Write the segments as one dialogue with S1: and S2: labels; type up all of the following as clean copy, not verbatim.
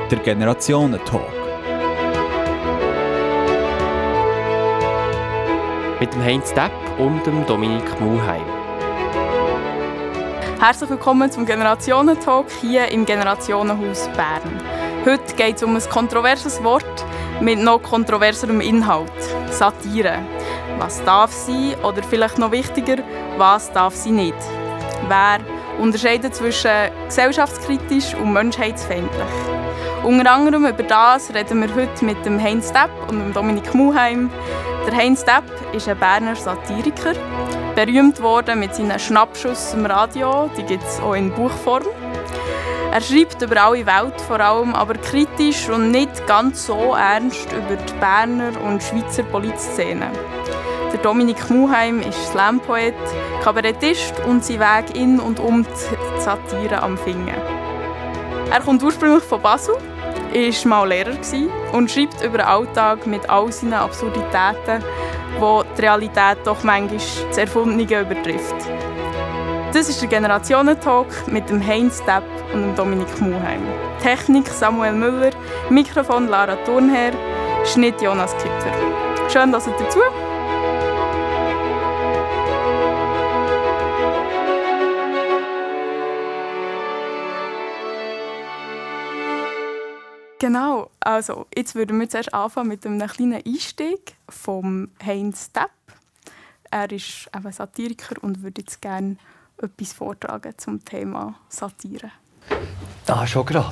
S1: der Generationen-Talk.
S2: Mit dem Heinz Depp und dem Dominik Muheim.
S3: Herzlich willkommen zum Generationen-Talk hier im Generationenhaus Bern. Heute geht es um ein kontroverses Wort mit noch kontroverserem Inhalt: Satire. Was darf sie oder vielleicht noch wichtiger, was darf sie nicht? Wer unterscheidet zwischen gesellschaftskritisch und menschheitsfeindlich? Unter anderem über das reden wir heute mit dem Heinz Depp und dem Dominik Muheim. Der Heinz Depp ist ein Berner Satiriker, berühmt worden mit seinen Schnappschüssen im Radio, die gibt es auch in Buchform. Er schreibt über alle Welt, vor allem aber kritisch und nicht ganz so ernst über die Berner und Schweizer Politszene. Der Dominik Muheim ist Slampoet, Kabarettist und sein Weg in und um die Satire am Finger. Er kommt ursprünglich von Basel, war mal Lehrer und schreibt über den Alltag mit all seinen Absurditäten, wo die Realität doch manchmal das Erfundene übertrifft. Das ist der Generationen-Talk mit dem Heinz Depp und dem Dominik Muheim. Technik Samuel Müller, Mikrofon Lara Thurnherr, Schnitt Jonas Kipfer. Schön, dass ihr dazu. Genau, also jetzt würden wir zuerst anfangen mit einem kleinen Einstieg vom Heinz Depp. Er ist eben Satiriker und würde jetzt gerne etwas vortragen zum Thema Satire.
S4: Schon gerade.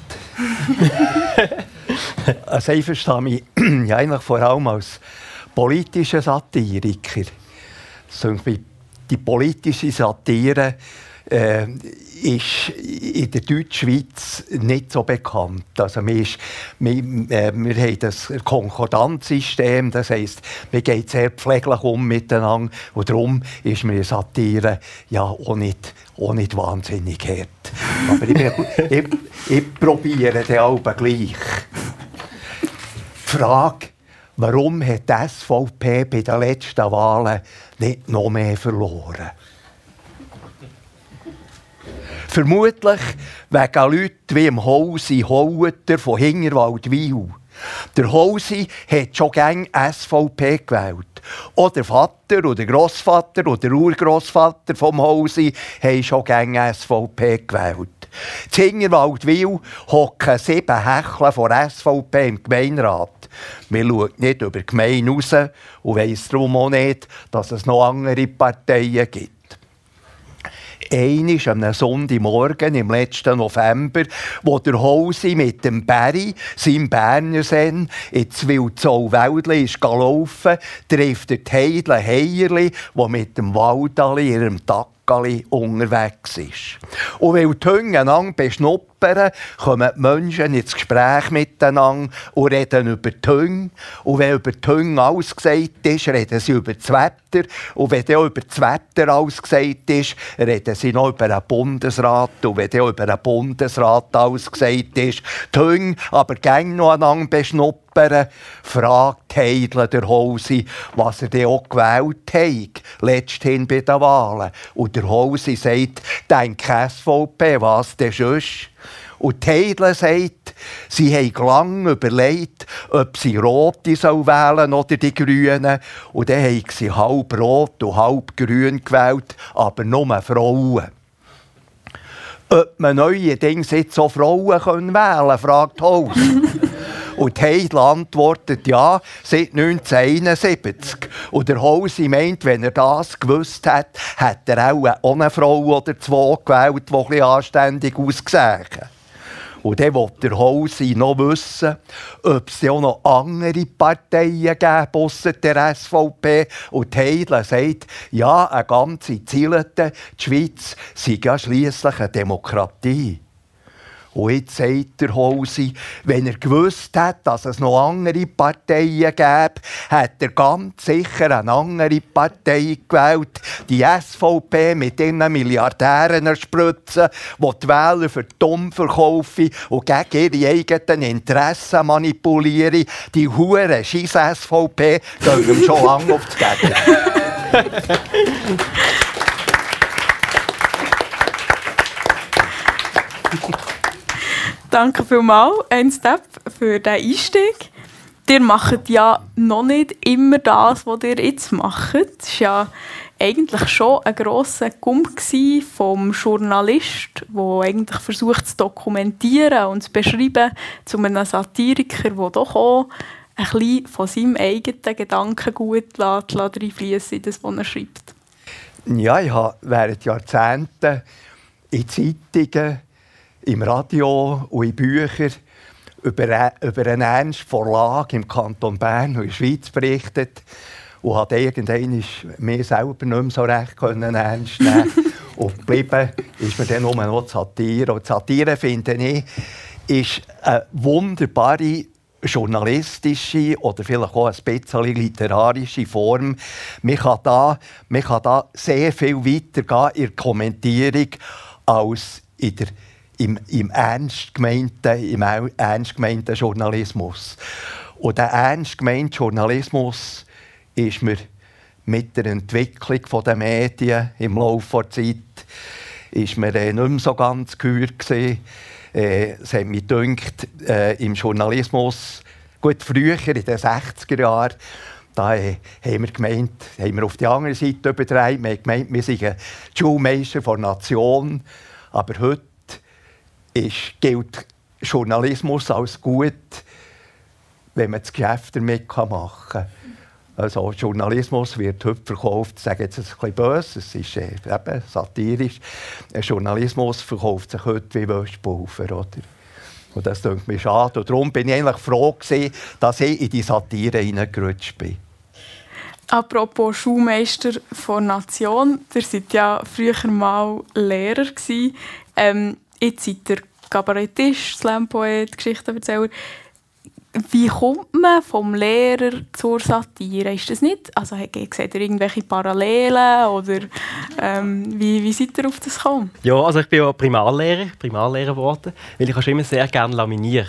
S4: Also ich verstehe mich ja eigentlich vor allem als politischer Satiriker. Also die politische Satire ist in der Deutschschweiz nicht so bekannt. Also wir haben das Konkordanzsystem, das heisst, wir gehen sehr pfleglich miteinander und darum ist mir Satire ja auch nicht wahnsinnig hart. Aber ich probiere den Alben gleich. Die Frage, warum hat die SVP bei den letzten Wahlen nicht noch mehr verloren? Vermutlich wegen Leuten wie im Hausi Houeter von Hingerwaldwil. Der Hausi hat schon gern SVP gewählt. Auch der Vater oder der Grossvater oder der Urgrossvater vom Hausi haben schon gern SVP gewählt. In Hingerwaldwil hocken 7 Hecheln von SVP im Gemeinderat. Wir schauen nicht über die Gemeinde raus und weiss darum auch nicht, dass es noch andere Parteien gibt. Einmal am Sonntagmorgen im letzten November, wo der Hausi mit dem Barry, seinem Bernersen, ins Wildzauwäldli ist gelaufen, trifft er die Heidle Heierli, die mit dem Waldali ihrem Tackali unterwegs ist. Und weil die Hunde einander beschnuppern, kommen die Menschen ins Gespräch miteinander und reden über die Hunde. Und wenn über die Hunde alles gesagt ist, reden sie über das Wetter. Und wenn dann über das Wetter alles gesagt ist, reden sie noch über den Bundesrat. Und wenn dann über den Bundesrat alles gesagt ist, die Hunde aber gerne noch einander beschnuppern, fragt Heidle der Hausi, was er denn auch gewählt hat, letzthin bei den Wahlen. Und der Hausi sagt, denke SVP, was denn sonst? Und die Heidle sagt, sie haben lange überlegt, ob sie Rote wählen oder die Grünen. Und dann haben sie halb Rot und halb Grün gewählt, aber nur Frauen. Ob man neuerdings jetzt auch Frauen wählen können, fragt Haus. Und die Heidle antwortet, ja, seit 1971. Und der Hausi meint, wenn er das gewusst hat, hat er auch eine Frau oder 2 gewählt, die ein bisschen anständig ausgesehen. Und dann will der Hausi noch wissen, ob es auch noch andere Parteien geben, ausser der SVP. Und die Heidle sagt, ja, eine ganze Zielete, die Schweiz sei ja schliesslich eine Demokratie. Und jetzt sagt der Hausi, wenn er gewusst hat, dass es noch andere Parteien gäbe, hat er ganz sicher eine andere Partei gewählt. Die SVP mit ihren Milliardären erspritzen, die die Wähler für dumm verkaufen und gegen ihre eigenen Interessen manipulieren. Die hure Scheiss-SVP gehen ihm schon lange auf das Geld.
S3: Danke vielmals, 1Step, für diesen Einstieg. Ihr macht ja noch nicht immer das, was ihr jetzt macht. Es war ja eigentlich schon ein grosser Gump vom Journalist, der eigentlich versucht zu dokumentieren und zu beschreiben, zu einem Satiriker, der doch auch ein bisschen von seinem eigenen Gedankengut reinfliessen in das, was er schreibt.
S4: Ja, ich habe während Jahrzehnten in Zeitungen, im Radio und in Büchern über einen ernsten Verlag im Kanton Bern und in der Schweiz berichtet und hat irgendwann mir selber nicht mehr so recht ernst nehmen. Und geblieben ist mir dann nur noch die Satire. Und die Satire, finde ich, ist eine wunderbare journalistische oder vielleicht auch ein bisschen literarische Form. Man kann da sehr viel weiter gehen in der Kommentierung als im ernst gemeinten Journalismus. Und der ernst gemeinte Journalismus ist mir mit der Entwicklung der Medien im Laufe der Zeit ist mir nicht mehr so ganz gehört gewesen. Es hat mich gedacht, im Journalismus, gut früher, in den 60er Jahren, da haben wir auf die andere Seite überdreht. Wir haben gemeint, wir sind die Schulmeister der Nation. Aber heute gilt Journalismus als gut, wenn man das Geschäft damit machen kann. Also Journalismus wird heute verkauft, ich sage jetzt ein bisschen böse, es ist eben satirisch. Journalismus verkauft sich heute wie Wäschpulver, oder? Und das tut mir schade. Und darum bin ich eigentlich froh gewesen, dass ich in die Satire hineingerutscht bin.
S3: Apropos Schulmeister der Nation, ihr seid ja früher mal Lehrer gewesen. Jetzt seid ihr Kabarettist, Slampoet, Geschichtenerzähler. Wie kommt man vom Lehrer zur Satire? Ist das nicht? Also, seht ihr irgendwelche Parallelen? Oder wie seid ihr auf das gekommen?
S1: Ja, also ich bin ja Primarlehrer geworden, weil ich schon immer sehr gerne laminiert.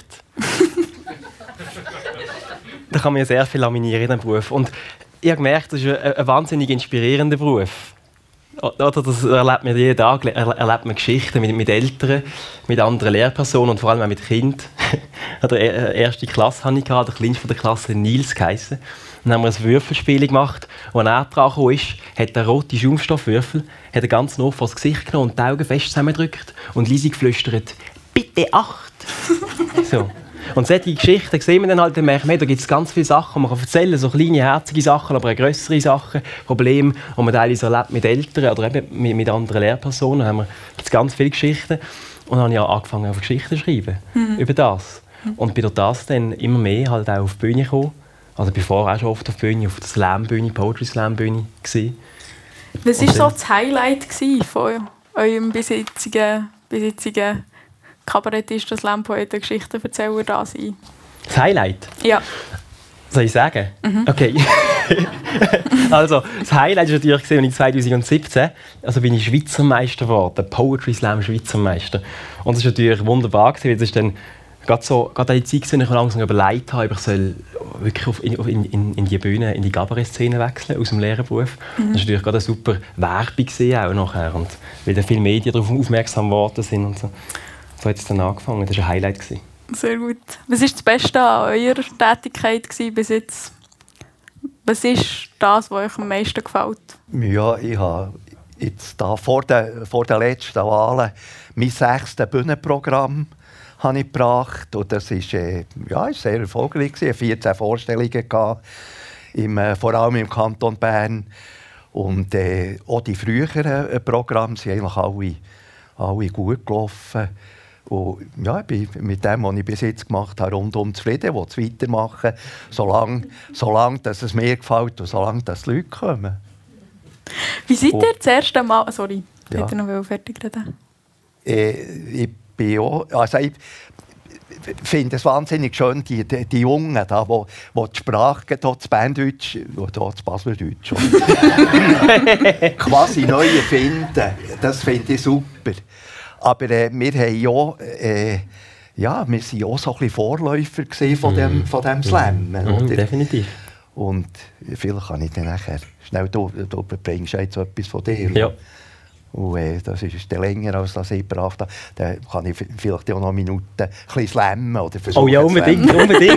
S1: Da kann man ja sehr viel laminieren in diesem Beruf. Und ich habe gemerkt, das ist ein wahnsinnig inspirierender Beruf. Das erlebt man jeden Tag, erlebt man Geschichten mit Eltern, mit anderen Lehrpersonen und vor allem auch mit Kindern. Die erste Klasse hatte ich, der kleinste der Klasse Nils geheissen. Dann haben wir ein Würfelspiel gemacht, wo er dran kam, hat der rote Schaumstoffwürfel ganz nah vor das Gesicht genommen und die Augen fest zusammengedrückt und leise geflüstert: «Bitte Acht!» So. Und solche Geschichten sehen wir dann halt, dann merken wir, da gibt es ganz viele Sachen, die man kann erzählen, so kleine, herzige Sachen, aber auch grössere Sachen, Probleme, die man teilweise erlebt mit Eltern oder eben mit anderen Lehrpersonen. Da gibt es ganz viele Geschichten. Und dann habe ich angefangen, auf Geschichten zu schreiben über das. Und bin durch das dann immer mehr halt auch auf die Bühne gekommen. Also ich war vorher auch schon oft auf der Bühne, auf der Slam-Bühne, Poetry Slam-Bühne.
S3: Was war so das Highlight von eurem bisherigen Kabarettisten, Slam-Poeten, Geschichtenerzähler da sein?
S1: Das Highlight?
S3: Ja.
S1: Soll ich sagen? Okay. Also, das Highlight war natürlich, als ich 2017 bin ich Schweizer Meister geworden, Poetry Slam Schweizer Meister. Und das war natürlich wunderbar, weil das ist dann gerade an die Zeit, als ich langsam überlegt habe, ich soll wirklich in die Bühne, in die Kabarett-Szene wechseln, aus dem Lehrerberuf. Das war natürlich gerade eine super Werbung auch nachher. Und weil dann viele Medien darauf aufmerksam geworden sind und so. So hat es dann angefangen. Das war ein Highlight.
S3: Sehr gut. Was war das Beste an eurer Tätigkeit bis jetzt? Was ist das, was euch am meisten gefällt?
S4: Ja, ich habe jetzt vor den letzten Wahlen mein 6. Bühnenprogramm gebracht. Und das ist, ist sehr erfolgreich. Ich hatte 14 Vorstellungen, vor allem im Kanton Bern. Und auch die früheren Programme sind eigentlich alle gut gelaufen. Und ja, ich bin mit dem, was ich bis jetzt gemacht habe, rundum zufrieden. Ich will es weitermachen, solange dass es mir gefällt und solange dass die Leute kommen.
S3: Wie seid ihr das erste Mal... Sorry, ja. Hätte noch fertig reden?
S4: Ich bin auch... Also ich finde es wahnsinnig schön, die Jungen, die die Sprache, das Berndeutsch oder das Baslerdeutsch quasi neu erfinden. Das finde ich super. Aber wir haben wir sind auch so ein bisschen Vorläufer von dem Slam.
S1: Definitiv. Und
S4: vielleicht kann ich dann nachher schnell, du bringst jetzt etwas von dir.
S1: Ja.
S4: Und das ist länger, als das ich gebracht habe. Dann kann ich vielleicht auch noch Minuten ein bisschen slammen. Oder
S1: oh ja, unbedingt.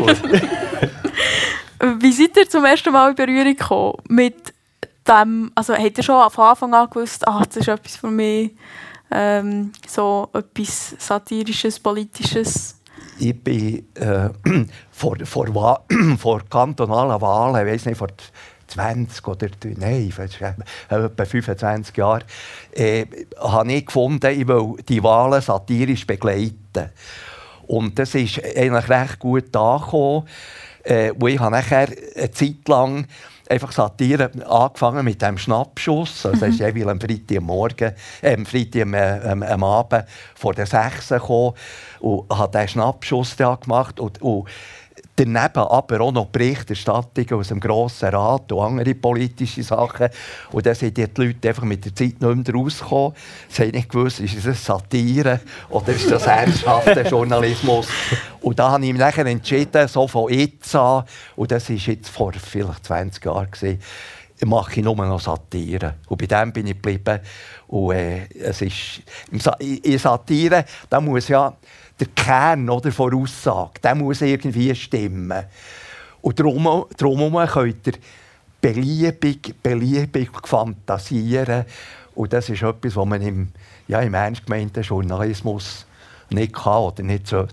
S3: Wie seid ihr zum ersten Mal in Berührung gekommen mit dem? Also habt ihr schon von Anfang an gewusst, das ist etwas für mich, so etwas Satirisches, Politisches?
S4: Ich bin vor kantonalen Wahlen, ich weiss nicht, vor 20 oder nein, etwa 25 Jahren, habe ich gefunden, ich will die Wahlen satirisch begleiten. Und das ist eigentlich recht gut angekommen. Wo ich habe nachher eine Zeit lang einfach Satire angefangen mit dem Schnappschuss. Also das ist jeweils am Freitag am Abend vor der 6 gekommen und habe diesen Schnappschuss gemacht. Und daneben aber auch noch Berichterstattung aus dem Grossen Rat und andere politische Sachen. Und dann sind die Leute einfach mit der Zeit nicht mehr rausgekommen. Sie haben nicht gewusst, ist das Satire oder ist das ernsthafter Journalismus. Und da habe ich mich nachher entschieden, so von jetzt an, und das war jetzt vor vielleicht 20 Jahren, mache ich nur noch Satire. Und bei dem bin ich geblieben. Und es ist, in Satire, da muss ja der Kern oder der Aussage, der muss irgendwie stimmen. Und darum könnt ihr beliebig fantasieren. Und das ist etwas, was man im ernst gemeinten Journalismus nicht kann oder nicht sollte.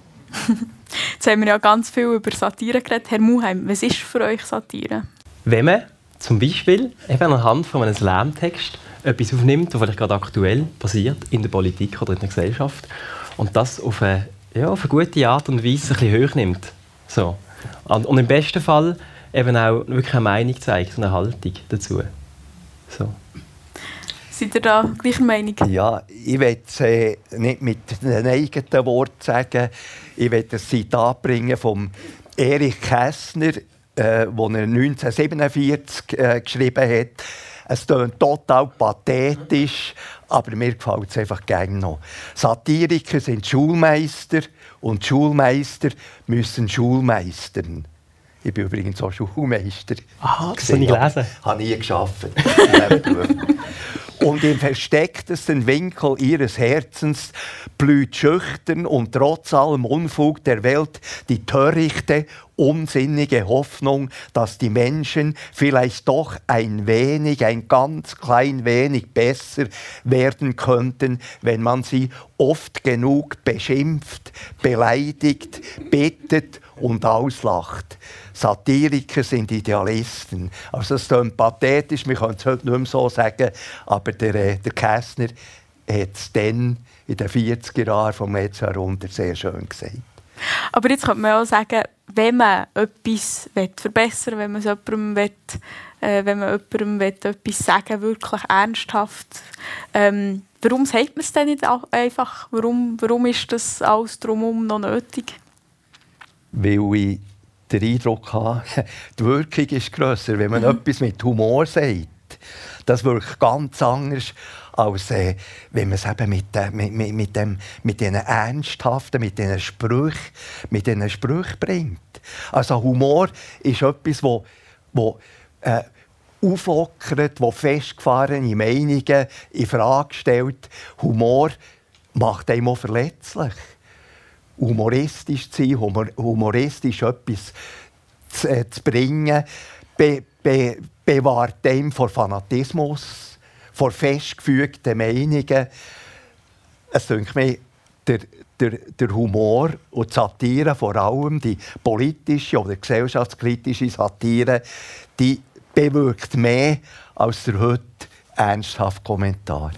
S3: Jetzt haben wir ja ganz viel über Satire geredet. Herr Muheim, was ist für euch Satire?
S1: Wenn man zum Beispiel eben anhand von einem Slam-Text etwas aufnimmt, was vielleicht gerade aktuell passiert in der Politik oder in der Gesellschaft, und das auf eine gute Art und Weise ein bisschen hoch nimmt. So. Und im besten Fall eben auch wirklich eine Meinung zeigt, eine Haltung dazu. So.
S3: Seid ihr da gleicher Meinung?
S4: Ja, ich will es nicht mit den eigenen Worten sagen. Ich will ein Zitat bringen von Erich Kästner, das er 1947 geschrieben hat. Es klingt total pathetisch, aber mir gefällt es einfach gerne noch. Satiriker sind Schulmeister und Schulmeister müssen Schulmeistern. Ich bin übrigens auch Schulmeister.
S1: Aha, das habe ich gelesen.
S4: Habe nie gearbeitet. Und im verstecktesten Winkel ihres Herzens blüht schüchtern und trotz allem Unfug der Welt die törichte, unsinnige Hoffnung, dass die Menschen vielleicht doch ein ganz klein wenig besser werden könnten, wenn man sie oft genug beschimpft, beleidigt, bittet und auslacht. Satiriker sind Idealisten. Also das klingt pathetisch, wir können es heute nicht mehr so sagen, aber der Kästner hat es dann in den 40er Jahren vom letzten Jahrhundert sehr schön gesagt.
S3: Aber jetzt könnte man auch sagen, wenn man etwas verbessern will, wenn man jemandem etwas sagen will, wirklich ernsthaft, warum sagt man es denn nicht einfach? Warum ist das alles drumherum noch nötig?
S4: Weil ich den Eindruck habe, die Wirkung ist grösser, wenn man etwas mit Humor sagt. Das wirkt ganz anders, als wenn man es eben mit diesen ernsthaften, mit diesen Sprüchen bringt. Also Humor ist etwas, wo auflockert, wo festgefahrene Meinungen in Frage stellt. Humor macht einem auch verletzlich. Humoristisch zu sein, humoristisch etwas zu bringen, bewahrt einem vor Fanatismus, vor festgefügten Meinungen. Es denke mir, der Humor und die Satire, vor allem die politische oder gesellschaftskritische Satire, die bewirkt mehr als der heute ernsthafte Kommentar.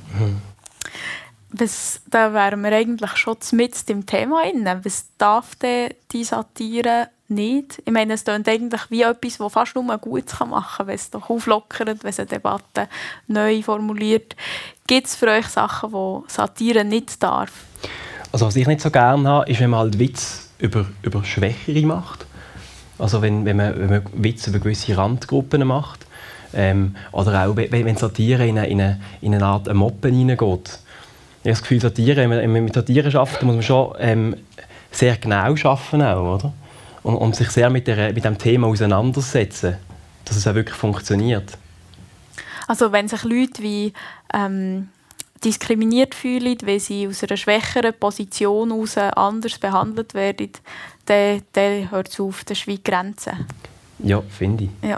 S3: Da wären wir eigentlich schon mitten im Thema inne. Was darf denn die Satire nicht? Ich meine, es klingt eigentlich wie etwas, das fast nur gut machen kann, wenn es doch auflockert, wenn es eine Debatte neu formuliert. Gibt es für euch Sachen, die Satire nicht darf?
S1: Also was ich nicht so gerne habe, ist, wenn man halt Witz über Schwächere macht. Also wenn man Witz über gewisse Randgruppen macht. Oder auch, wenn Satire in eine Art Moppen hineingeht. Ich habe das Gefühl, Satire, wenn man mit Satire arbeitet, muss man schon sehr genau arbeiten, auch, oder? Und sich sehr mit diesem Thema auseinandersetzen, dass es auch wirklich funktioniert.
S3: Also wenn sich Leute wie diskriminiert fühlen, wenn sie aus einer schwächeren Position heraus anders behandelt werden, dann hört es auf, das ist wie Grenzen.
S1: Ja, finde ich.
S3: Ja.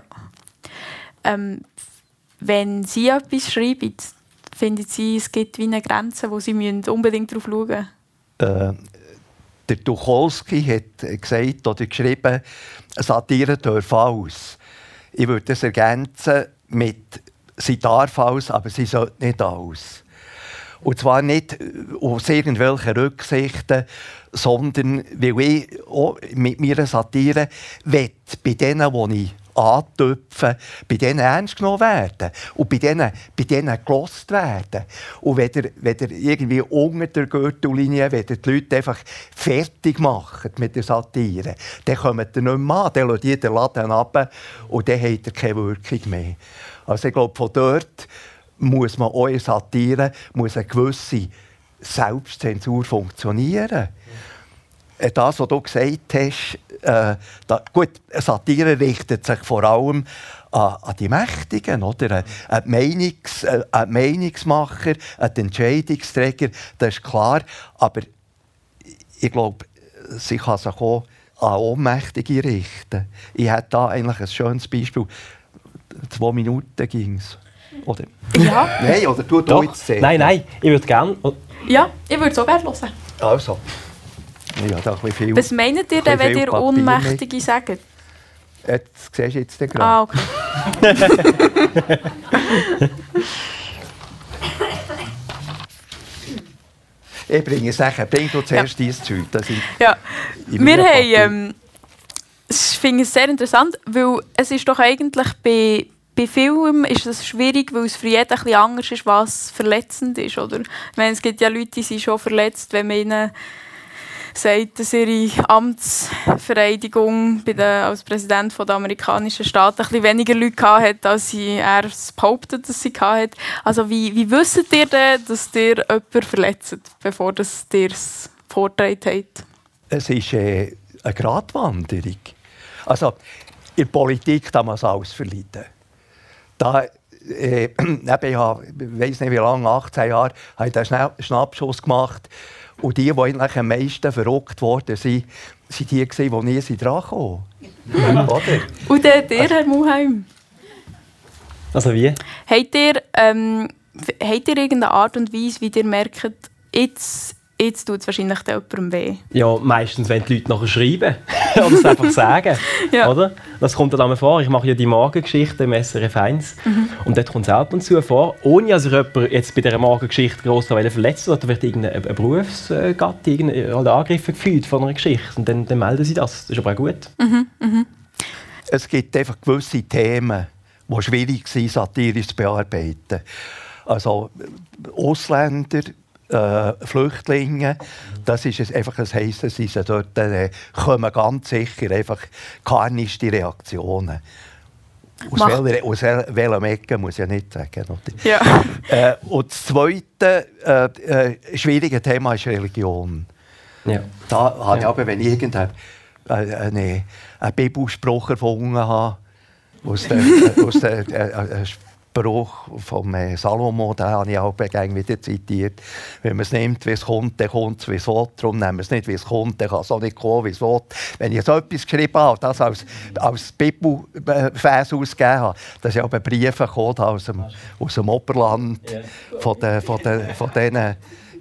S3: Wenn Sie etwas schreiben, finden Sie, es gibt wie eine Grenze, wo Sie unbedingt darauf schauen müssen?
S4: Der Tucholsky hat gesagt oder geschrieben, Satire darf alles. Ich würde das ergänzen mit «Sie darf alles, aber sie sollte nicht alles». Und zwar nicht aus irgendwelchen Rücksichten, sondern weil ich auch mit meiner Satire bei denen, die ich antöpfen, bei denen ernst genommen werden und bei denen gelost werden. Und wenn ihr irgendwie unter der Gürtellinie, wenn ihr die Leute einfach fertig macht mit der Satire, dann kommt ihr nicht mehr an, dann lässt ihr den Laden runter und dann habt ihr keine Wirkung mehr. Also ich glaube, von dort muss man auch in Satire eine gewisse Selbstzensur funktionieren. Das, was du gesagt hast, gut, Satire richtet sich vor allem an die Mächtigen, oder? An die Meinungsmacher, an die Entscheidungsträger, das ist klar. Aber ich glaube, sie kann sich auch an Ohnmächtige richten. Ich hätte da eigentlich ein schönes Beispiel. 2 Minuten ging es. Oder?
S3: Ja.
S4: Nein, oder du jetzt sehen.
S1: Nein, ich würde gerne.
S3: Ja, ich würde es auch gerne hören.
S4: Also. Ja, da ein viel,
S3: was meint ihr denn, wenn ihr Ohnmächtige sagt?
S4: Das siehst du jetzt gerade.
S3: Ah, okay.
S4: Ich bringe Sachen. Bring du zuerst dieses Zeug.
S3: Ja. Wir haben... ich finde es sehr interessant, weil es ist doch eigentlich bei Filmen ist es schwierig, weil es für jeden ein bisschen anders ist, was verletzend ist. Oder? Ich meine, es gibt ja Leute, die sind schon verletzt, wenn man ihnen sagt, dass ihre Amtsvereidigung als Präsident der amerikanischen Staaten ein bisschen weniger Leute hatte, als er behauptet, dass sie hatte. Also wie wisst ihr denn, dass ihr jemanden verletzt, bevor ihr es vorgetragen habt? Es
S4: ist eine Gratwanderung. Also, in der Politik kann man es alles verleiden. Ich weiss nicht wie lange, 18 Jahre, habe ich einen Schnappschuss gemacht. Und die eigentlich am meisten verrückt wurden, waren die, die nie dran kamen. Oder?
S3: Und der Herr Muheim?
S1: Also wie?
S3: Habt ihr irgendeine Art und Weise, wie ihr merkt, jetzt tut es wahrscheinlich jemandem weh? Ja,
S1: meistens, wenn die Leute nachher schreiben oder es einfach sagen. Ja. Oder? Das kommt dann einmal vor. Ich mache ja die Morgengeschichte im SRF 1. Und dort kommt es ab und zu vor, ohne dass sich jemand jetzt bei dieser Morgengeschichte gross verletzt wird, wird irgendein Berufsgatte angegriffen gefühlt von einer Geschichte. Und dann melden sie das. Das ist aber auch gut.
S4: Es gibt einfach gewisse Themen, die schwierig sind, satirisch zu bearbeiten. Also Ausländer, Flüchtlinge, das ist einfach ein heisses, sie dort kommen ganz sicher einfach karnische Reaktionen. Aus welchem Ecke muss ich ja nicht sagen. Oder? Ja. Und das zweite schwierige Thema ist Religion. Ja. Da habe ich aber, wenn ich einen Bibelspruch erfunden habe, aus der Spruch von Salomo, den habe ich auch wieder zitiert. Wenn man es nimmt, wie es kommt, dann kommt es, wie es will. Darum nehmen wir es nicht, wie es kommt, dann kann es auch nicht kommen, wie es will. Wenn ich so etwas geschrieben habe, das als Bibelvers ausgegeben habe, das ist ja auch ein Brief gekommen aus dem Oberland, von diesen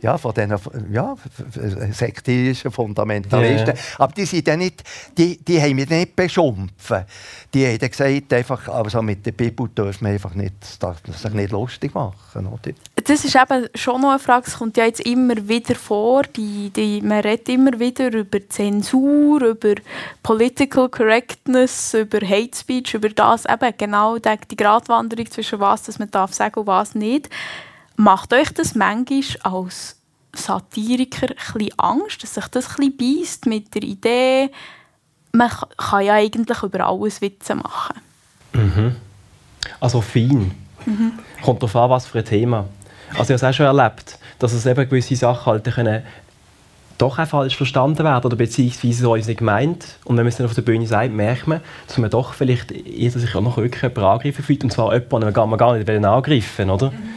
S4: sektierischen Fundamentalisten. Yeah. Aber die sind dann nicht, die haben mich nicht beschimpft. Die haben dann gesagt, einfach, also mit der Bibel darf man einfach sich nicht lustig machen. Oder?
S3: Das ist eben schon noch eine Frage, es kommt ja jetzt immer wieder vor, man redet immer wieder über Zensur, über Political Correctness, über Hate Speech, über das eben genau die Gratwanderung zwischen was man darf sagen und was nicht. Macht euch das manchmal als Satiriker ein bisschen Angst, dass sich das ein bisschen beisst mit der Idee, man kann ja eigentlich über alles Witze machen?
S1: Also fein. Kommt darauf an, was für ein Thema. Also ich habe es auch schon erlebt, dass es eben gewisse Sachen halt können doch auch falsch verstanden werden oder beziehungsweise so ist nicht gemeint. Und wenn man es dann auf der Bühne sagt, merkt man, dass man doch vielleicht sich auch noch wirklich jemanden angegriffen fühlt. Und zwar jemanden, den man gar nicht angreifen will, oder?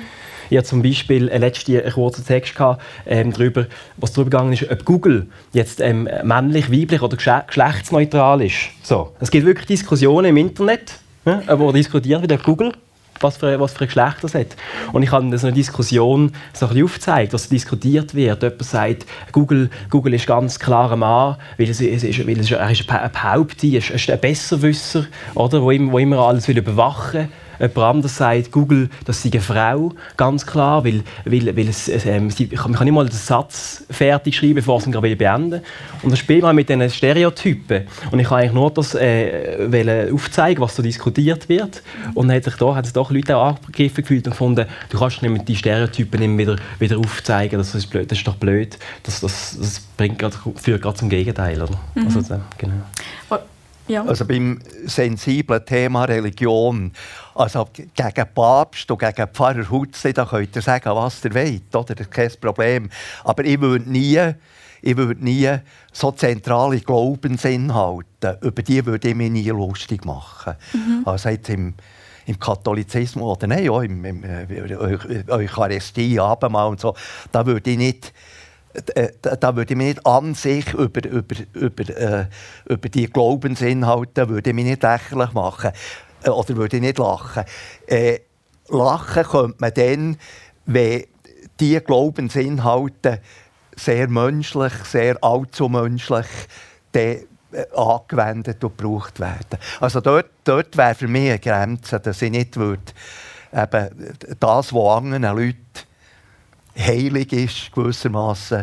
S1: Ich hatte zum Beispiel letztens einen kurzen Text darüber, was darüber gegangen ist, ob Google jetzt männlich, weiblich oder geschlechtsneutral ist. So. Es gibt wirklich Diskussionen im Internet, wo diskutiert wird, ob Google was für ein Geschlecht das hat. Und ich habe so eine Diskussion so ein bisschen aufgezeigt, was diskutiert wird. Jemand sagt, Google ist ganz klar ein Mann, er ist ein Behaupter, er ist ein Besserwisser, oder, wo immer alles überwachen will. Jemand anderes sagt, Google, das sei eine Frau, ganz klar, weil man kann nicht mal den Satz fertig schreiben, bevor sie ihn gerade beenden will. Und dann spielt man mit diesen Stereotypen. Und ich kann eigentlich nur das aufzeigen, was so diskutiert wird. Und dann haben sich doch Leute auch angegriffen gefühlt und gefunden, du kannst nicht mit die Stereotypen immer wieder aufzeigen, das ist blöd, das ist doch blöd. Das führt gerade zum Gegenteil. Oder?
S3: Mhm.
S1: Also, genau.
S3: Ja.
S4: Also beim sensiblen Thema Religion, also gegen Papst und gegen Pfarrer Hutzli, da könnt ihr sagen, was ihr wollt, oder? Das ist kein Problem. Aber ich würde nie so zentrale Glaubensinhalte, über die würde ich mich nie lustig machen. Mhm. Also jetzt im Katholizismus oder nein, auch im Eucharistie, Abendmahl und so, da würde ich nicht mich nicht an sich über die Glaubensinhalte würde ich mich nicht lächerlich machen. Oder würde ich nicht lachen. Lachen könnte man dann, wenn diese Glaubensinhalte sehr menschlich, sehr allzu menschlich angewendet und gebraucht werden. Also dort wäre für mich eine Grenze, dass ich nicht würde, eben das, was anderen Leuten heilig ist, gewissermaßen,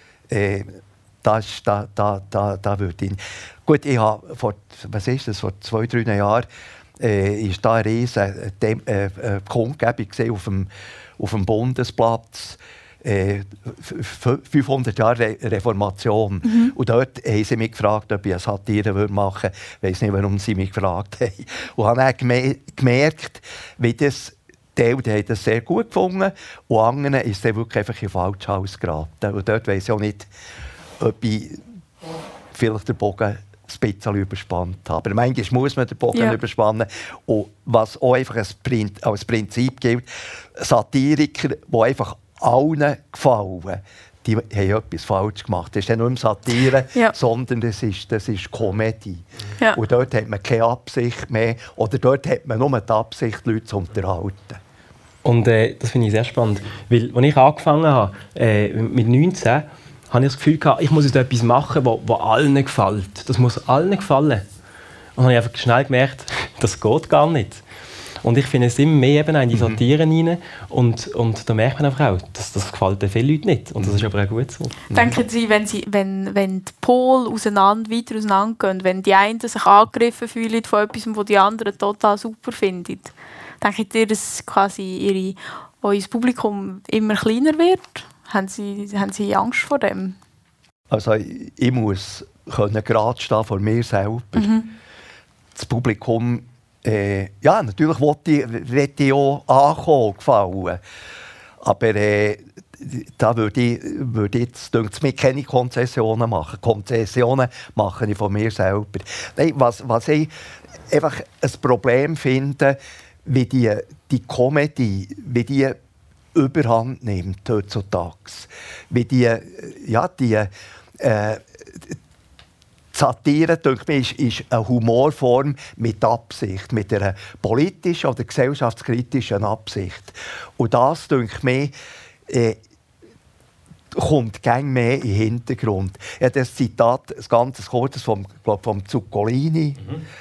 S4: da würde ich... Gut, ich habe vor 2-3 Jahren ist da eine riesige Kundgebung auf dem Bundesplatz. 500 Jahre Reformation. Mhm. Und dort haben sie mich gefragt, ob ich eine Satire machen würde. Ich weiss nicht, warum sie mich gefragt haben. Und habe dann gemerkt, wie das... Die haben das sehr gut gefunden und anderen ist es wirklich einfach in den falschen Hals geraten. Und dort weiss ich auch nicht, ob ich vielleicht den Bogen ein bisschen überspannt habe. Aber manchmal muss man den Bogen überspannen. Und was auch einfach als Prinzip gilt, Satiriker, die einfach allen gefallen, die haben etwas falsch gemacht. Das ist ja nicht nur Satire, sondern das ist Comedy. Ja. Und dort hat man keine Absicht mehr. Oder dort hat man nur die Absicht, Leute zu unterhalten.
S1: Und das finde ich sehr spannend. Weil, als ich angefangen habe, mit 19, hatte ich das Gefühl, ich muss jetzt etwas machen, das allen gefällt. Das muss allen gefallen. Und dann habe ich einfach schnell gemerkt, das geht gar nicht. Und ich finde es immer mehr eben in die Satire rein. Und da merkt man einfach auch, das gefällt vielen Leuten nicht. Und das ist aber auch gut so.
S3: Denken Sie, wenn die Pole weiter auseinandergehen, wenn die einen sich angegriffen fühlen von etwas, was die anderen total super finden, denkt ihr, dass quasi euer Publikum immer kleiner wird? Haben Sie Angst vor dem?
S4: Also ich muss gerade stehen vor mir selber. Mhm. Das Publikum natürlich möchte ich auch ankommen, gefallen. Aber da würde ich jetzt mir keine Konzessionen machen. Konzessionen mache ich von mir selber. Nein, was ich einfach ein Problem finde, wie die Comedy, wie die Überhand nimmt heutzutage. Wie die Satire, denke ich, ist eine Humorform mit Absicht, mit einer politischen oder gesellschaftskritischen Absicht. Und das, denke ich, kommt gäng mehr in den Hintergrund. Ja, das Zitat, ein ganz kurzes vom Zuccolini.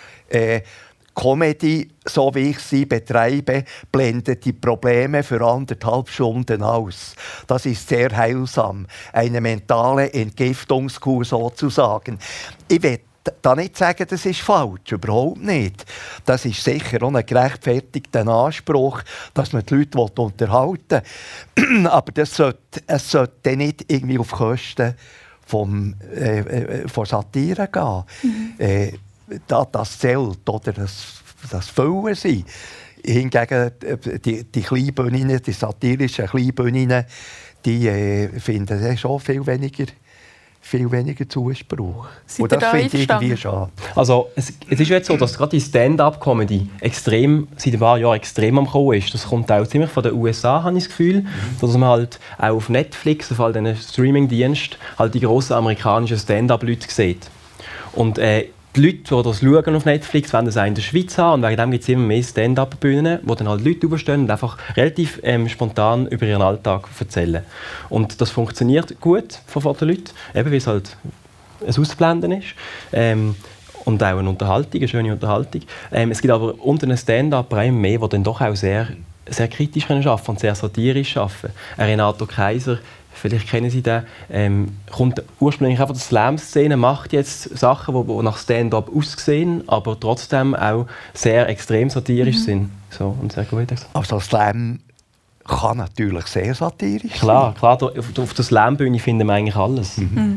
S4: Comedy, so wie ich sie betreibe, blendet die Probleme für 1,5 Stunden aus. Das ist sehr heilsam. Eine mentale Entgiftungskur sozusagen. Ich will da nicht sagen, das ist falsch, überhaupt nicht. Das ist sicher auch ein gerechtfertigter Anspruch, dass man die Leute unterhalten will. Aber es sollte nicht irgendwie auf Kosten von Satire gehen. Mhm. Das zählt, oder das Füllen sein. Hingegen die Kleinbühnen, die satirischen Kleinbühnen, die finden schon viel weniger viel weniger Zuspruch.
S3: Seid
S4: Und das
S3: ihr da
S4: finde ich irgendwie
S3: einverstanden?
S4: schade.
S1: Also, es ist jetzt so, dass gerade die Stand-up-Comedy seit ein paar Jahren extrem am Kommen ist. Das kommt auch ziemlich von den USA, habe ich das Gefühl. Dass man halt auch auf Netflix, auf all diesen Streaming-Diensten, halt die grossen amerikanischen Stand-up-Leute sieht. Und die Leute, die das schauen auf Netflix, wollen das auch in der Schweiz haben. Und wegen dem gibt es immer mehr Stand-up-Bühnen, wo dann halt Leute aufstehen und einfach relativ spontan über ihren Alltag erzählen. Und das funktioniert gut von den Leuten, eben weil es halt ein Ausblenden ist. Und auch eine Unterhaltung, eine schöne Unterhaltung. Es gibt aber unter den Stand-Upper immer mehr, die dann doch auch sehr kritisch arbeiten können und sehr satirisch arbeiten. Renato Kaiser, vielleicht kennen Sie den, kommt ursprünglich einfach der Slam-Szene, macht jetzt Sachen, die nach Stand-up aussehen, aber trotzdem auch sehr extrem satirisch sind. So, und sehr gut.
S4: Also Slam kann natürlich sehr satirisch
S1: sein. Klar, auf der Slam-Bühne finden wir eigentlich alles.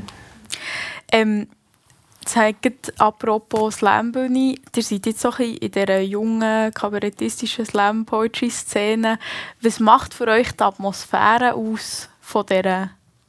S3: Zeigt apropos Slambühne, ihr seid jetzt so ein bisschen in dieser jungen, kabarettistischen Slam-Poetry-Szene. Was macht für euch die Atmosphäre aus von dieser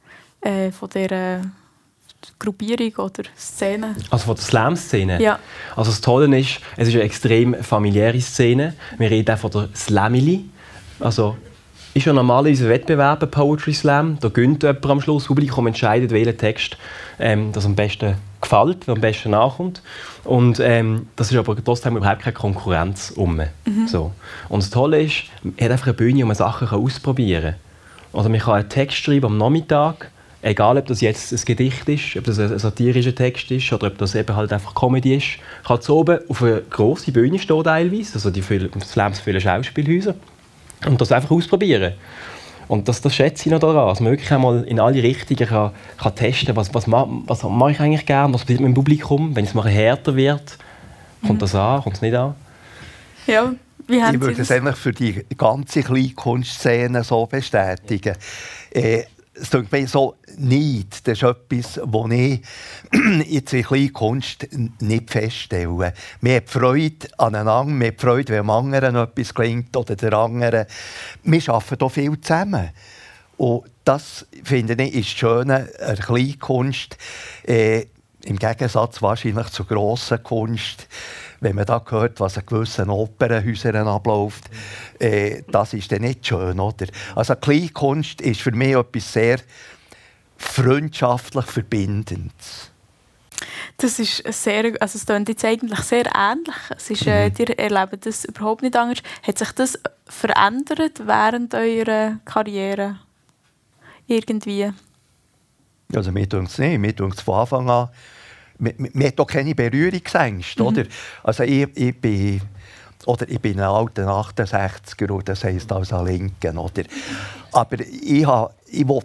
S3: Gruppierung oder Szene?
S1: Also von der Slam-Szene?
S3: Ja.
S1: Also das Tolle ist, es ist eine extrem familiäre Szene. Wir reden auch von der Slamily. Also ist ja normalerweise ein Wettbewerb, ein Poetry Slam. Da gönnt jemand am Schluss. Das Publikum entscheidet, welcher Text das am besten gefällt, der am besten nachkommt. Und das ist aber trotzdem überhaupt keine Konkurrenz so. Und das Tolle ist, man hat einfach eine Bühne, wo man Sachen ausprobieren kann. Also man kann einen Text schreiben am Nachmittag, egal ob das jetzt ein Gedicht ist, ob das ein satirischer Text ist oder ob das eben halt einfach Comedy ist. Man kann zu oben auf eine grosse Bühne stehen teilweise, also die Slams füllen Schauspielhäuser. Und das einfach ausprobieren. Und das schätze ich noch daran, dass man wirklich einmal in alle Richtungen kann testen kann, was mache ich eigentlich gerne, was passiert mit dem Publikum, wenn es mal härter wird. Kommt das an, kommt es nicht an?
S3: Ja, wie haben
S4: ich würde es eigentlich für die ganze Kleinkunstszene so bestätigen. Es tut mir so nicht. Das ist etwas, das ich jetzt in Kleinkunst nicht feststelle. Man hat Freude aneinander, man hat Freude, wenn dem anderen etwas gelingt oder der andere. Wir arbeiten hier viel zusammen. Und das, finde ich, ist das Schöne an der Kleinkunst. Im Gegensatz wahrscheinlich zur grossen Kunst. Wenn man da hört, was in gewissen Opernhäusern abläuft, das ist dann nicht schön, oder? Also Kleinkunst ist für mich etwas sehr freundschaftlich Verbindendes.
S3: Das ist sehr, also es klingt jetzt eigentlich sehr ähnlich. Es ist, ihr erlebt das überhaupt nicht anders. Hat sich das verändert während eurer Karriere? Irgendwie?
S4: Also mir tut es nicht. Mir tut es von Anfang an. Man hat auch keine Berührungsängste, oder? Also ich bin ein alter 68er, und das heisst also Linken, oder? Aber ich will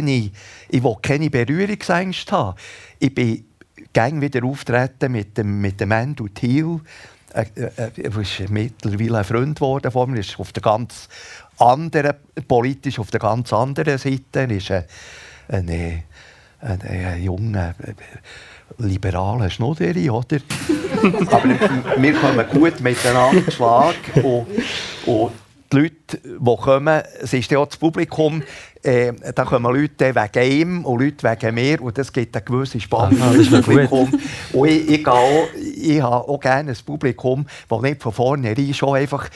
S4: keine Berührungsängste haben. Ich bin gäng wieder auftreten mit dem Andrew Thiel. Er ist mittlerweile ein Freund geworden von mir. Er ist auf der ganz anderen, politisch auf der ganz anderen Seite. Er ist ein junger, liberaler Schnudderi, oder? Aber wir kommen gut miteinander schlagen. Und die Leute, die kommen, es ist ja auch das Publikum, da kommen Leute wegen ihm und Leute wegen mir. Und das gibt eine gewisse Spannung im Publikum. Und ich habe auch gerne ein Publikum, das nicht von vornherein schon einfach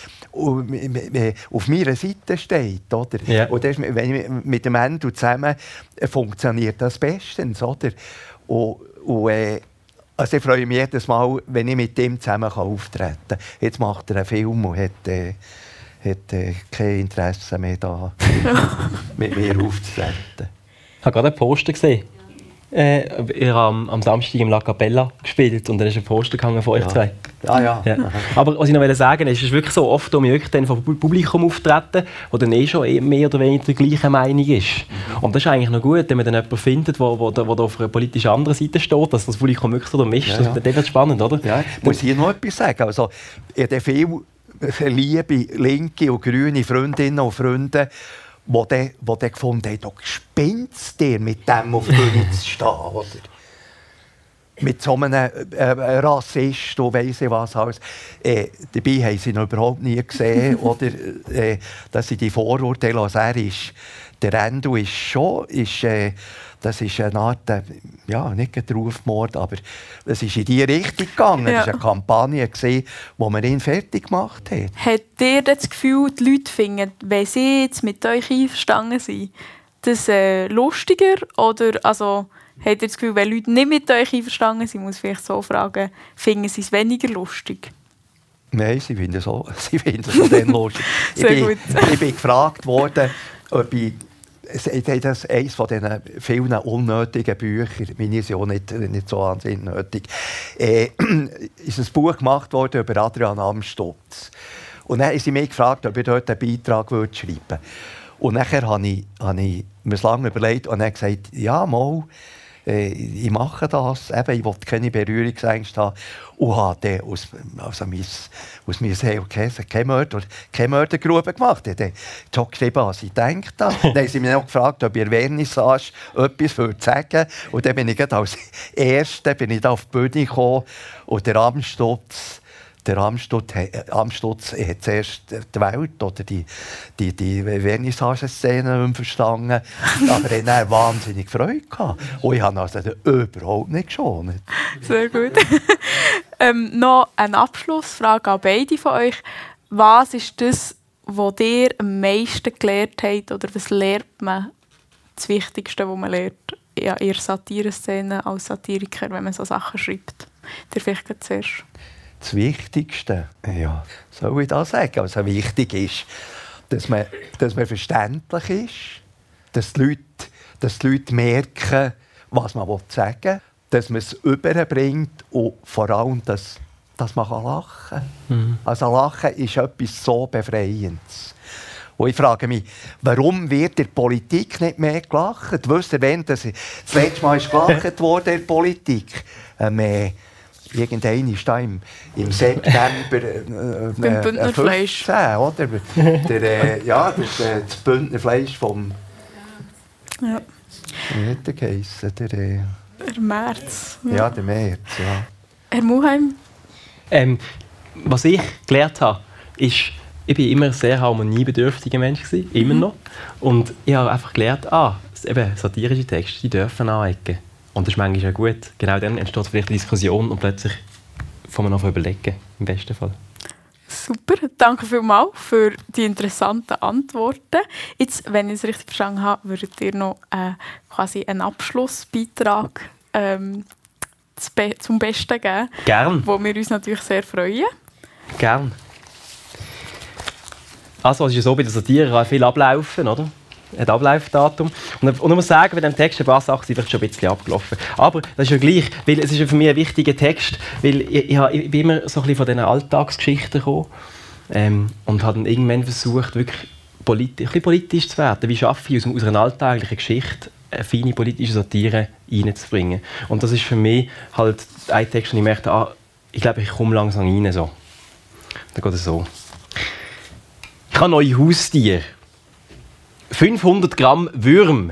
S4: auf meiner Seite steht. Oder?
S1: Ja.
S4: Und das, wenn ich mit dem Endo zusammen funktioniert das bestens. Oder? Also ich freue mich jedes Mal, wenn ich mit ihm zusammen auftreten kann. Jetzt macht er einen Film und hat kein Interesse mehr, da mit mir aufzutreten.
S1: Ich habe gerade einen Poster gesehen. Ihr habt am Samstag im La Capella gespielt und dann ist ein Poster gehangen von euch zwei.
S4: Ja.
S1: Aber was ich noch sagen wollte, ist, es ist wirklich so oft, wo wir wirklich dann vor Publikum auftreten, wo dann schon mehr oder weniger der gleichen Meinung ist. Und das ist eigentlich noch gut, wenn man dann jemanden findet, der auf einer politisch anderen Seite steht, dass das Publikum wirklich so mischt. Ja. Das wird spannend, oder? Ja,
S4: ich muss hier noch etwas sagen. Also, ich habe viele liebe linke und grüne Freundinnen und Freunde, die gefunden haben, «Doch spinnst dir mit dem auf die Bühne zu stehen», oder? Mit so einem Rassist und weiss ich was alles. Dabei haben sie ihn überhaupt nie gesehen, oder? Das sind die Vorurteile, was er ist. Der Endo ist Das ist eine Art, nicht ein Rufmord, aber es ist in diese Richtung gegangen. Es war eine Kampagne, die man ihn fertig gemacht hat.
S3: Habt ihr das Gefühl, die Leute finden, wenn sie jetzt mit euch einverstanden sind, das lustiger? Oder also, habt ihr das Gefühl, wenn Leute nicht mit euch einverstanden sind, muss ich vielleicht so fragen, finden sie es weniger lustig?
S4: Nein, sie finden es so dann lustig. Ich bin gefragt worden, ob ich... Das ist eines von diesen vielen unnötigen Büchern. Meine ist ja auch nicht so wahnsinnig nötig. Ist ein Buch gemacht worden über Adrian Amstutz. Und dann haben sie mich gefragt, ob ich dort einen Beitrag schreiben würde. Und nachher habe ich mir lange überlegt und dann gesagt, ja, mal, ich mache das. Eben, ich will keine Berührungsängste haben. Und habe aus meinem Seele keine Mördergrube gemacht. Ich habe schon geschrieben, was ich denke. Dann haben sie mich noch gefragt, ob ich in der Vernissage etwas sagen würde. Und dann bin ich als Erster auf die Bühne gekommen. Und der Amstutz hat zuerst die Welt oder die Vernissage-Szene nicht verstanden. Aber er hatte wahnsinnig Freude gehabt. Und ich habe also überhaupt nicht geschont.
S3: Sehr gut. Noch eine Abschlussfrage an beide von euch. Was ist das, was ihr am meisten gelernt habt? Oder was lernt man? Das Wichtigste, was man lernt in der Satire-Szene als Satiriker, wenn man so Sachen schreibt? Der vielleicht zuerst.
S4: Das Wichtigste, ja, soll ich das sagen? Also wichtig ist, dass man verständlich ist, dass die Leute merken, was man sagen will, dass man es überbringt und vor allem, dass man lachen kann. Mhm. Also Lachen ist etwas so Befreiendes. Und ich frage mich, warum wird in der Politik nicht mehr gelacht? Wisst ihr, wenn das letzte Mal gelacht wurde in der Politik? Irgendein ist da im September
S3: beim Bündnerfleisch.
S4: 15, oder? Das Bündnerfleisch vom... Ja. Wie hat der geheissen? Der
S3: März.
S4: Ja, der März, ja.
S3: Herr Muheim?
S1: Was ich gelernt habe, ist, ich war immer ein sehr harmoniebedürftiger Mensch gewesen, immer noch. Und ich habe einfach gelernt, eben satirische Texte, die dürfen anecken. Und das ist manchmal auch gut. Genau dann entsteht vielleicht eine Diskussion und plötzlich kann man noch überlegen, im besten Fall.
S3: Super, danke vielmals für die interessanten Antworten. Jetzt, wenn ich es richtig verstanden habe, würdet ihr noch quasi einen Abschlussbeitrag zum Besten geben.
S1: Gern.
S3: Wo wir uns natürlich sehr freuen.
S1: Gern. Also, es ist ja so, bei der Satire kann viel ablaufen, oder? Ein Ablaufdatum. Und ich muss sagen, bei diesem Text ein paar Sachen sind vielleicht schon ein bisschen abgelaufen. Aber das ist ja gleich, weil es ist ja für mich ein wichtiger Text, weil ich bin immer so ein bisschen von diesen Alltagsgeschichten gekommen und habe dann irgendwann versucht, wirklich ein bisschen politisch zu werden. Wie schaffe ich aus einer alltäglichen Geschichte eine feine politische Satire reinzubringen? Und das ist für mich halt ein Text, und ich merke, ich glaube, ich komme langsam rein. So. Dann geht es so. Ich habe neue Haustiere. 500 Gramm Würm.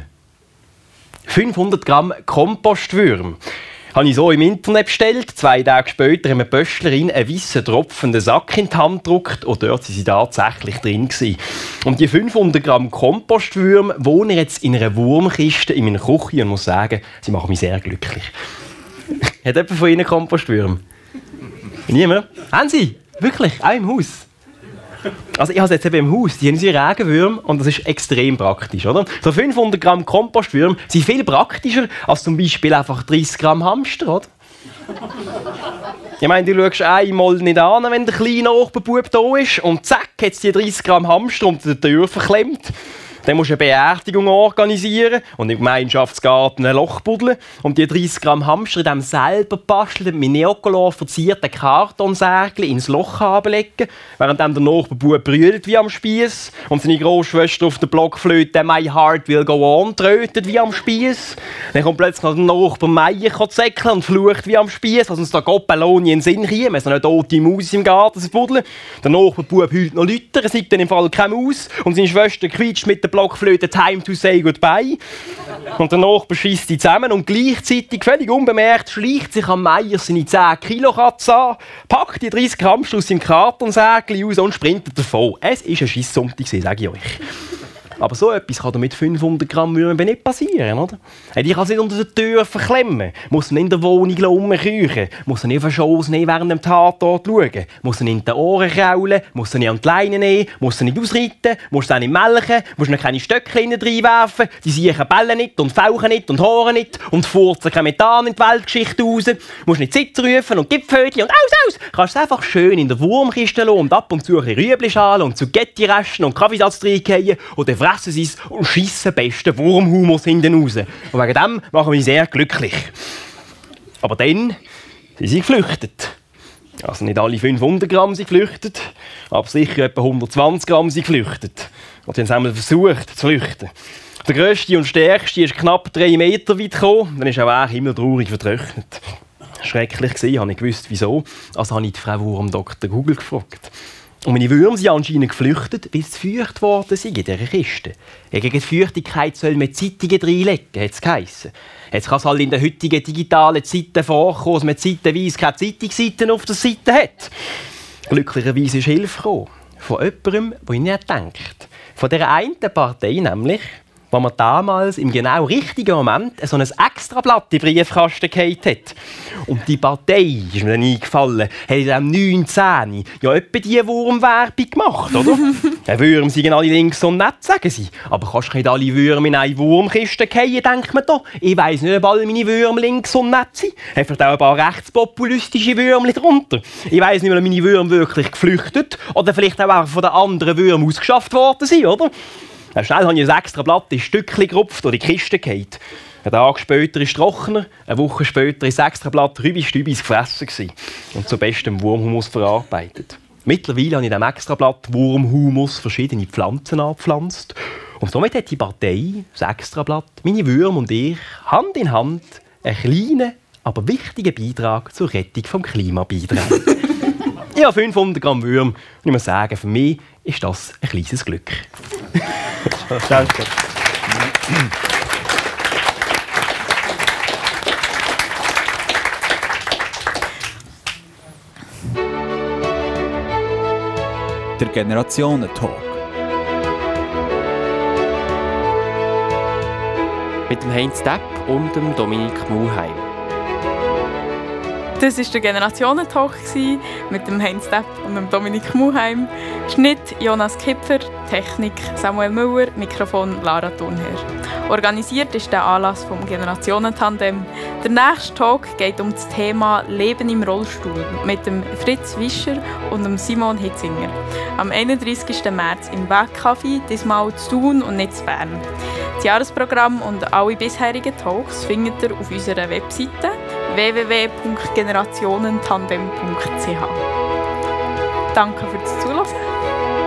S1: 500 Gramm Kompostwürm. Habe ich so im Internet bestellt. 2 Tage später haben mir die Pöstlerin einen weißen tropfenden Sack in die Hand gedruckt und dort waren sie tatsächlich drin gewesen. Und die 500 Gramm Kompostwürm wohnen jetzt in einer Wurmkiste in meiner Küche und muss sagen, sie machen mich sehr glücklich. Hat jemand von Ihnen Kompostwürm? Niemand? Haben Sie? Wirklich? Auch im Haus? Also ich habe es jetzt eben im Haus, die haben unsere Regenwürmer und das ist extrem praktisch, oder? So 500 Gramm Kompostwürmer sind viel praktischer als zum Beispiel einfach 30 Gramm Hamster, oder? Ich meine, du schaust einmal nicht an, wenn der kleine Nachbarbub da ist und zack, hat es die 30 Gramm Hamster unter der Tür verklemmt. Dann musst du eine Beerdigung organisieren und im Gemeinschaftsgarten ein Loch buddeln und die 30 Gramm Hamster in dem selber basteln mit Neocolor verzierten Kartonsärgel ins Loch ablegen, während der Nachbarbub brüllt wie am Spiess und seine Großschwester auf der Blockflöte «My Heart Will Go On» trötet wie am Spiess. Dann kommt plötzlich noch der Nachbar Meier zäckeln und flucht wie am Spiess, was uns da Gott Belloni in den Sinn käme. Es ist eine tote Maus im Garten zu buddeln. Der Nachbarbub heult noch lauter, er sieht dann im Fall keine Maus und seine Schwester quietscht mit der Blockflöte «Time to say goodbye». Und der Nachbar schiesst sie zusammen und gleichzeitig, völlig unbemerkt, schleicht sich am Meier seine 10 Kilo Katze an, packt die 30 Gramm aus seinem Kartonsärgel aus und sprintet davon. Es war ein Scheisssonntag, sage ich euch. Aber so etwas kann mit 500 Gramm Würmchen nicht passieren, oder? Die kann es nicht unter der Tür verklemmen, muss nicht in der Wohnung rumkriechen, muss nicht auf den Schoss nehmen während dem Tatort schauen, muss nicht in den Ohren kraulen, muss nicht an die Leine nehmen, muss nicht ausreiten, muss nicht melken, muss nicht keine Stöcke reinwerfen, die siechen Bälle nicht und fauchen nicht und horen nicht und furzen kein Methan in die Weltgeschichte raus, muss nicht Sitz rufen und Gipfhödchen und aus! Kannst es einfach schön in der Wurmkiste lassen und ab und zu ein Rüebli schalen und Zucchetti-Resten und Kaffeesatz reingehen und dann fressen sie es und schiessen besten Wurmhumus hinten raus. Und wegen dem machen wir uns sehr glücklich. Aber dann sind sie geflüchtet. Also nicht alle 500 Gramm sind geflüchtet, aber sicher etwa 120 Gramm sind geflüchtet. Und sie haben es einmal versucht zu flüchten. Der grösste und stärkste ist knapp 3 Meter weit gekommen, dann ist auch er himmeltraurig vertrocknet. Schrecklich gewesen, habe ich gewusst, wieso. Also habe ich die Frau Wurm Dr. Google gefragt. Und meine Würmer sind anscheinend geflüchtet, weil sie gefeucht worden sind in dieser Kiste. Gegen die Feuchtigkeit soll man Zeitungen reinlegen, hat es geheissen. Jetzt kann es halt in den heutigen digitalen Zeiten vorkommen, dass man zeitenweise keine Zeitungsseiten auf der Seite hat. Glücklicherweise ist Hilfe gekommen. Von jemandem, der ich nicht denkt. Von dieser einen Partei nämlich, wo man damals im genau richtigen Moment so ein Extrablatt in den Briefkasten gehalten hat. Und die Partei, ist mir dann eingefallen, hat in dem 19 ja etwa diese Wurmwerbung gemacht, oder? Die Würmer sind alle links und nett, sagen sie. Aber kannst du nicht alle Würmer in eine Wurmkiste fallen, denkt man da. Ich weiss nicht, ob alle meine Würmer links und nett sind. Hat vielleicht auch ein paar rechtspopulistische Würmer drunter. Ich weiss nicht, ob meine Würmer wirklich geflüchtet oder vielleicht auch von den anderen Würmern ausgeschafft worden sind, oder? Schnell habe ich ein extra Blatt in Stückchen gerupft oder in die Kiste gehauen. Ein Tag später ist es trockener, eine Woche später ist das extra Blatt Rübi-Stübis gefressen und zu bestem Wurmhumus verarbeitet. Mittlerweile habe ich in diesem extra Blatt Wurmhumus verschiedene Pflanzen angepflanzt. Und somit hat die Partei, das Extrablatt, meine Würmer und ich Hand in Hand einen kleinen, aber wichtigen Beitrag zur Rettung des Klimas beitragen. Ich habe 500 Gramm Würm und ich muss sagen, für mich ist das ein kleines Glück. Danke.
S5: Der Generationentalk.
S2: Mit dem Heinz Depp und dem Dominik Muheim.
S3: Das war der Generationentalk mit dem Heinz Depp und dem Dominik Muheim. Schnitt Jonas Kipfer, Technik Samuel Müller, Mikrofon Lara Thurnherr. Organisiert ist der Anlass vom Generationentandem. Der nächste Talk geht um das Thema Leben im Rollstuhl mit dem Fritz Wischer und dem Simon Hitzinger. Am 31. März im Backcafé, diesmal zu Thun und nicht zu Bern. Das Jahresprogramm und alle bisherigen Talks findet ihr auf unserer Webseite www.generationentandem.ch. Danke fürs Zuhören.